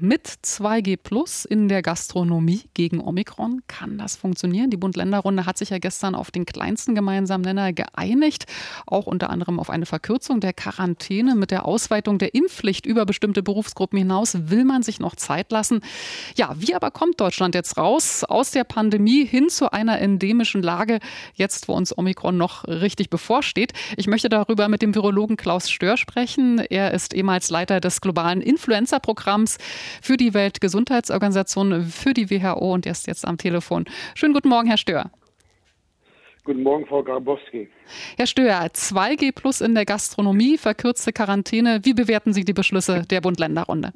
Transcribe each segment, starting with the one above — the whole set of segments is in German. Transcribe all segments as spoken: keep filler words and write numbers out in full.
mit zwei G plus in der Gastronomie gegen Omikron. Kann das funktionieren? Die Bund-Länder-Runde hat sich ja gestern auf den kleinsten gemeinsamen Nenner geeinigt, auch unter anderem auf eine Verkürzung der Quarantäne. Mit der Ausweitung der Impfpflicht über bestimmte Berufsgruppen hinaus will man sich noch Zeit lassen. Ja, wie aber kommt Deutschland jetzt raus aus der Pandemie hin zu einer endemischen Lage, jetzt wo uns Omikron noch richtig bevorsteht? Ich möchte darüber mit dem Virologen Klaus Stör sprechen. Er ist ehemals Leiter des globalen Influenza-Programms für die Weltgesundheitsorganisation, für die W H O und er ist jetzt am Telefon. Schönen guten Morgen, Herr Stör. Guten Morgen, Frau Grabowski. Herr Stör, zwei G plus in der Gastronomie, verkürzte Quarantäne. Wie bewerten Sie die Beschlüsse der Bund-Länder-Runde?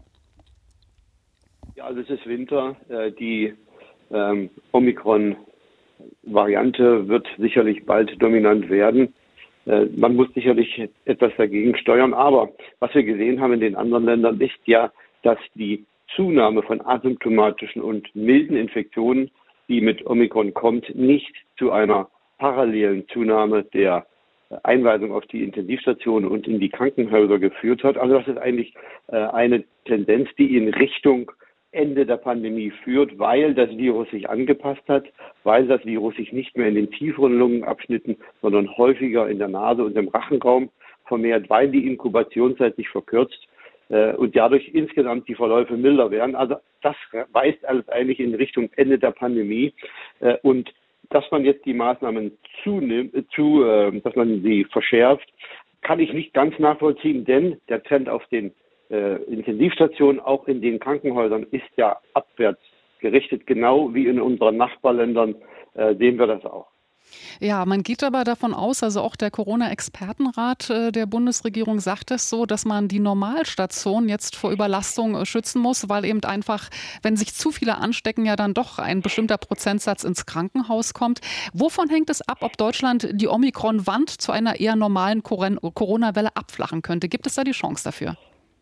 Ja, also es ist Winter. Die ähm, Omikron-Variante wird sicherlich bald dominant werden. Man muss sicherlich etwas dagegen steuern. Aber was wir gesehen haben in den anderen Ländern ist ja, dass die Zunahme von asymptomatischen und milden Infektionen, die mit Omikron kommt, nicht zu einer parallelen Zunahme der Einweisung auf die Intensivstationen und in die Krankenhäuser geführt hat. Also das ist eigentlich eine Tendenz, die in Richtung Ende der Pandemie führt, weil das Virus sich angepasst hat, weil das Virus sich nicht mehr in den tieferen Lungenabschnitten, sondern häufiger in der Nase und im Rachenraum vermehrt, weil die Inkubationszeit sich verkürzt äh, und dadurch insgesamt die Verläufe milder werden. Also das weist alles eigentlich in Richtung Ende der Pandemie äh, und dass man jetzt die Maßnahmen zunimmt, zu, äh, dass man sie verschärft, kann ich nicht ganz nachvollziehen, denn der Trend auf den Äh, Intensivstationen, auch in den Krankenhäusern, ist ja abwärts gerichtet, genau wie in unseren Nachbarländern äh, sehen wir das auch. Ja, man geht aber davon aus, also auch der Corona-Expertenrat äh, der Bundesregierung sagt es so, dass man die Normalstation jetzt vor Überlastung äh, schützen muss, weil eben einfach, wenn sich zu viele anstecken, ja dann doch ein bestimmter Prozentsatz ins Krankenhaus kommt. Wovon hängt es ab, ob Deutschland die Omikron-Wand zu einer eher normalen Corona-Welle abflachen könnte? Gibt es da die Chance dafür?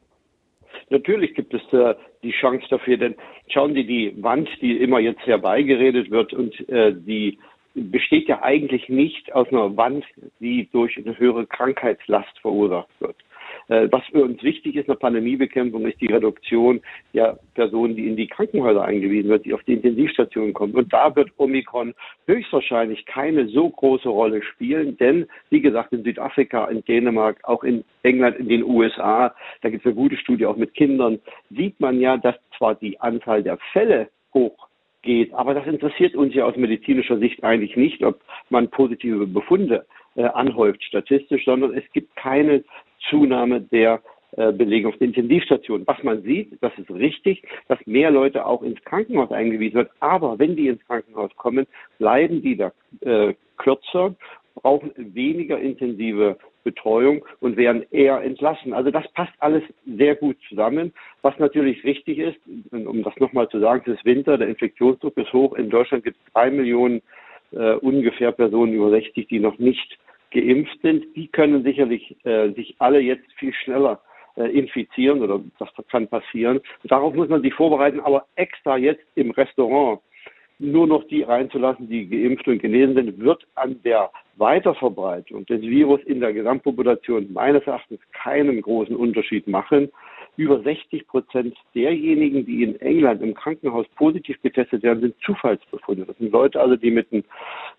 Natürlich gibt es äh, die Chance dafür, denn schauen Sie, die Wand, die immer jetzt herbeigeredet wird und äh, die besteht ja eigentlich nicht aus einer Wand, die durch eine höhere Krankheitslast verursacht wird. Äh, was für uns wichtig ist in der Pandemiebekämpfung, ist die Reduktion der Personen, die in die Krankenhäuser eingewiesen wird, die auf die Intensivstationen kommen. Und da wird Omikron höchstwahrscheinlich keine so große Rolle spielen, denn, wie gesagt, in Südafrika, in Dänemark, auch in England, in den U S A, da gibt es eine gute Studie auch mit Kindern, sieht man ja, dass zwar die Anzahl der Fälle hoch geht, aber das interessiert uns ja aus medizinischer Sicht eigentlich nicht, ob man positive Befunde äh, anhäuft statistisch, sondern es gibt keine Zunahme der äh, Belegung auf den Intensivstationen. Was man sieht, das ist richtig, dass mehr Leute auch ins Krankenhaus eingewiesen wird, aber wenn die ins Krankenhaus kommen, bleiben die da äh, kürzer, brauchen weniger intensive Betreuung und werden eher entlassen. Also das passt alles sehr gut zusammen. Was natürlich richtig ist, um das nochmal zu sagen, es ist Winter, der Infektionsdruck ist hoch. In Deutschland gibt es drei Millionen äh, ungefähr Personen über sechzig, die noch nicht geimpft sind. Die können sicherlich äh, sich alle jetzt viel schneller äh, infizieren oder das kann passieren. Darauf muss man sich vorbereiten, aber extra jetzt im Restaurant nur noch die reinzulassen, die geimpft und genesen sind, wird an der Weiterverbreitung des Virus in der Gesamtpopulation meines Erachtens keinen großen Unterschied machen. Über sechzig Prozent derjenigen, die in England im Krankenhaus positiv getestet werden, sind Zufallsbefunde. Das sind Leute also, die mit einem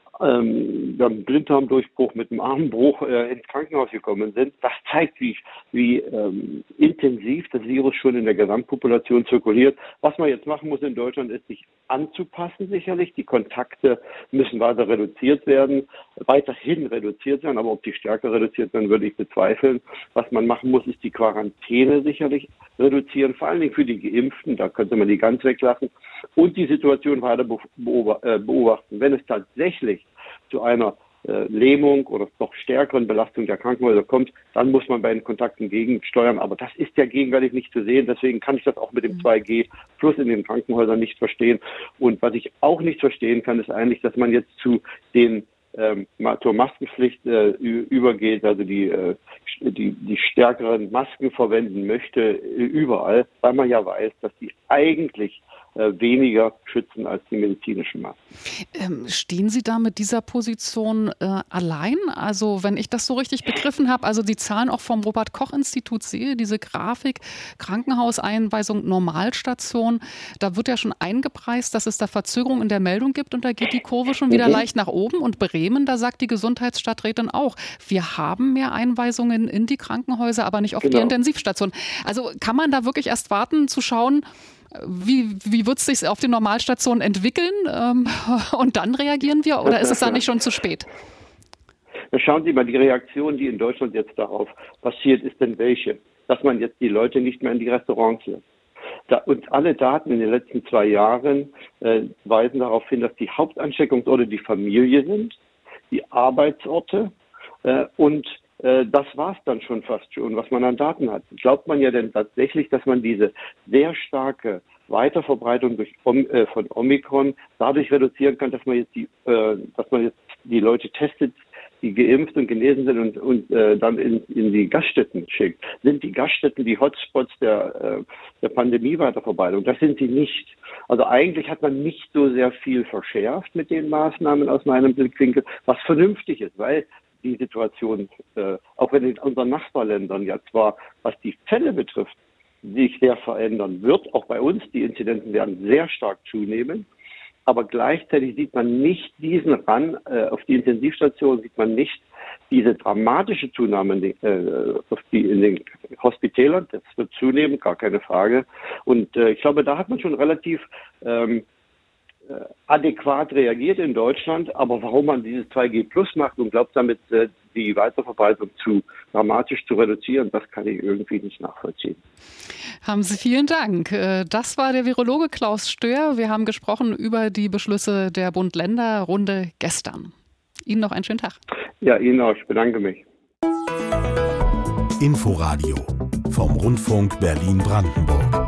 ähm, einem Blinddarmdurchbruch, mit einem Armbruch äh, ins Krankenhaus gekommen sind. Das zeigt, wie, wie ähm, intensiv das Virus schon in der Gesamtpopulation zirkuliert. Was man jetzt machen muss in Deutschland, ist sich anzupassen sicherlich. Die Kontakte müssen weiter reduziert werden, weiterhin reduziert werden, aber ob die stärker reduziert werden, würde ich bezweifeln. Was man machen muss, ist die Quarantäne sicherlich reduzieren, vor allen Dingen für die Geimpften, da könnte man die ganz weglassen, und die Situation weiter beobachten. Wenn es tatsächlich zu einer äh, Lähmung oder noch stärkeren Belastung der Krankenhäuser kommt, dann muss man bei den Kontakten gegensteuern. Aber das ist ja gegenwärtig nicht zu sehen. Deswegen kann ich das auch mit dem zwei G Plus in den Krankenhäusern nicht verstehen. Und was ich auch nicht verstehen kann, ist eigentlich, dass man jetzt zu den ähm, zur Maskenpflicht äh, übergeht, also die, äh, die, die stärkeren Masken verwenden möchte, äh, überall, weil man ja weiß, dass die eigentlich weniger schützen als die medizinischen Masken. Ähm, stehen Sie da mit dieser Position äh, allein? Also wenn ich das so richtig begriffen habe, also die Zahlen auch vom Robert-Koch-Institut sehe, diese Grafik, Krankenhauseinweisung, Normalstation, da wird ja schon eingepreist, dass es da Verzögerungen in der Meldung gibt und da geht die Kurve schon wieder mhm. leicht nach oben. Und Bremen, da sagt die Gesundheitsstadträtin auch, wir haben mehr Einweisungen in die Krankenhäuser, aber nicht auf genau. die Intensivstation. Also kann man da wirklich erst warten zu schauen, Wie, wie wird es sich auf den Normalstationen entwickeln ähm, und dann reagieren wir oder ist es da nicht schon zu spät? Na, schauen Sie mal, die Reaktion, die in Deutschland jetzt darauf passiert, ist denn welche? Dass man jetzt die Leute nicht mehr in die Restaurants lässt. Da, und alle Daten in den letzten zwei Jahren äh, weisen darauf hin, dass die Hauptansteckungsorte die Familie sind, die Arbeitsorte äh, und das war es dann schon fast schon, was man an Daten hat. Glaubt man ja denn tatsächlich, dass man diese sehr starke Weiterverbreitung durch, äh, von Omikron dadurch reduzieren kann, dass man jetzt die, äh, dass man jetzt die Leute testet, die geimpft und genesen sind und, und äh, dann in, in die Gaststätten schickt? Sind die Gaststätten die Hotspots der, äh, der Pandemie-Weiterverbreitung? Das sind sie nicht. Also eigentlich hat man nicht so sehr viel verschärft mit den Maßnahmen aus meinem Blickwinkel, was vernünftig ist, weil die Situation, äh, auch wenn in unseren Nachbarländern ja zwar, was die Fälle betrifft, sich sehr verändern wird, auch bei uns, die Inzidenzen werden sehr stark zunehmen, aber gleichzeitig sieht man nicht diesen Ran, äh, auf die Intensivstation sieht man nicht diese dramatische Zunahme äh, auf die, in den Hospitälern, das wird zunehmen, gar keine Frage. Und äh, ich glaube, da hat man schon relativ ähm, adäquat reagiert in Deutschland, aber warum man dieses zwei G Plus macht und glaubt damit, die Weiterverbreitung zu dramatisch zu reduzieren, das kann ich irgendwie nicht nachvollziehen. Haben Sie vielen Dank. Das war der Virologe Klaus Stör. Wir haben gesprochen über die Beschlüsse der Bund-Länder-Runde gestern. Ihnen noch einen schönen Tag. Ja, Ihnen auch. Ich bedanke mich. Inforadio vom Rundfunk Berlin-Brandenburg.